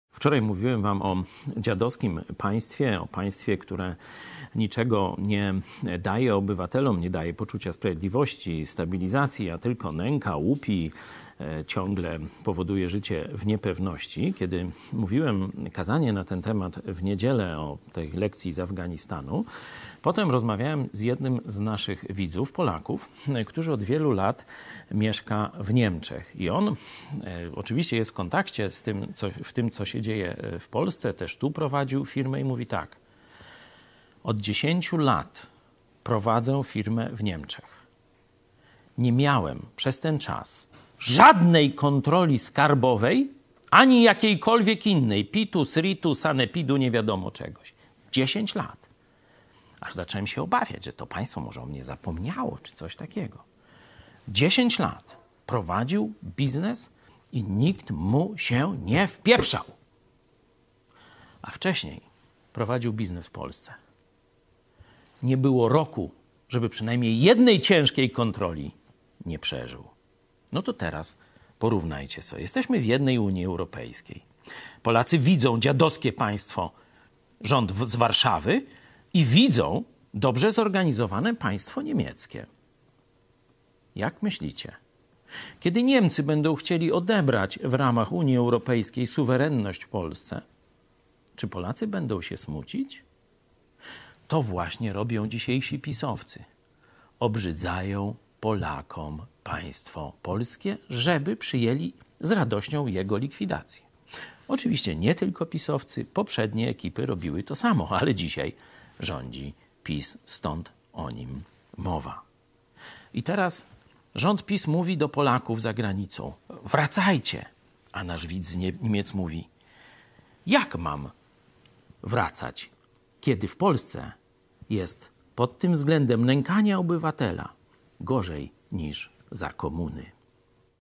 Wczoraj mówiłem wam o dziadowskim państwie, o państwie, które niczego nie daje obywatelom, nie daje poczucia sprawiedliwości, stabilizacji, a tylko nęka, łupi, ciągle powoduje życie w niepewności. Kiedy mówiłem kazanie na ten temat w niedzielę o tej lekcji z Afganistanu, potem rozmawiałem z jednym z naszych widzów, Polaków, który od wielu lat mieszka w Niemczech. I on oczywiście jest w kontakcie z tym, co się dzieje w Polsce. Też tu prowadził firmę i mówi tak. Od 10 lat prowadzę firmę w Niemczech. Nie miałem przez ten czas żadnej kontroli skarbowej, ani jakiejkolwiek innej, PIT-u, SRIT-u, sanepidu, nie wiadomo czegoś. 10 lat. Aż zacząłem się obawiać, że to państwo może o mnie zapomniało, czy coś takiego. 10 lat prowadził biznes i nikt mu się nie wpieprzał. A wcześniej prowadził biznes w Polsce. Nie było roku, żeby przynajmniej jednej ciężkiej kontroli nie przeżył. No to teraz porównajcie sobie. Jesteśmy w jednej Unii Europejskiej. Polacy widzą dziadowskie państwo, rząd z Warszawy i widzą dobrze zorganizowane państwo niemieckie. Jak myślicie? Kiedy Niemcy będą chcieli odebrać w ramach Unii Europejskiej suwerenność Polsce, czy Polacy będą się smucić? To właśnie robią dzisiejsi pisowcy. Obrzydzają Polakom państwo polskie, żeby przyjęli z radością jego likwidację. Oczywiście nie tylko pisowcy, poprzednie ekipy robiły to samo, ale dzisiaj rządzi PiS, stąd o nim mowa. I teraz rząd PiS mówi do Polaków za granicą: wracajcie, a nasz widz z Niemiec mówi: jak mam wracać, kiedy w Polsce jest pod tym względem nękania obywatela gorzej niż za komuny?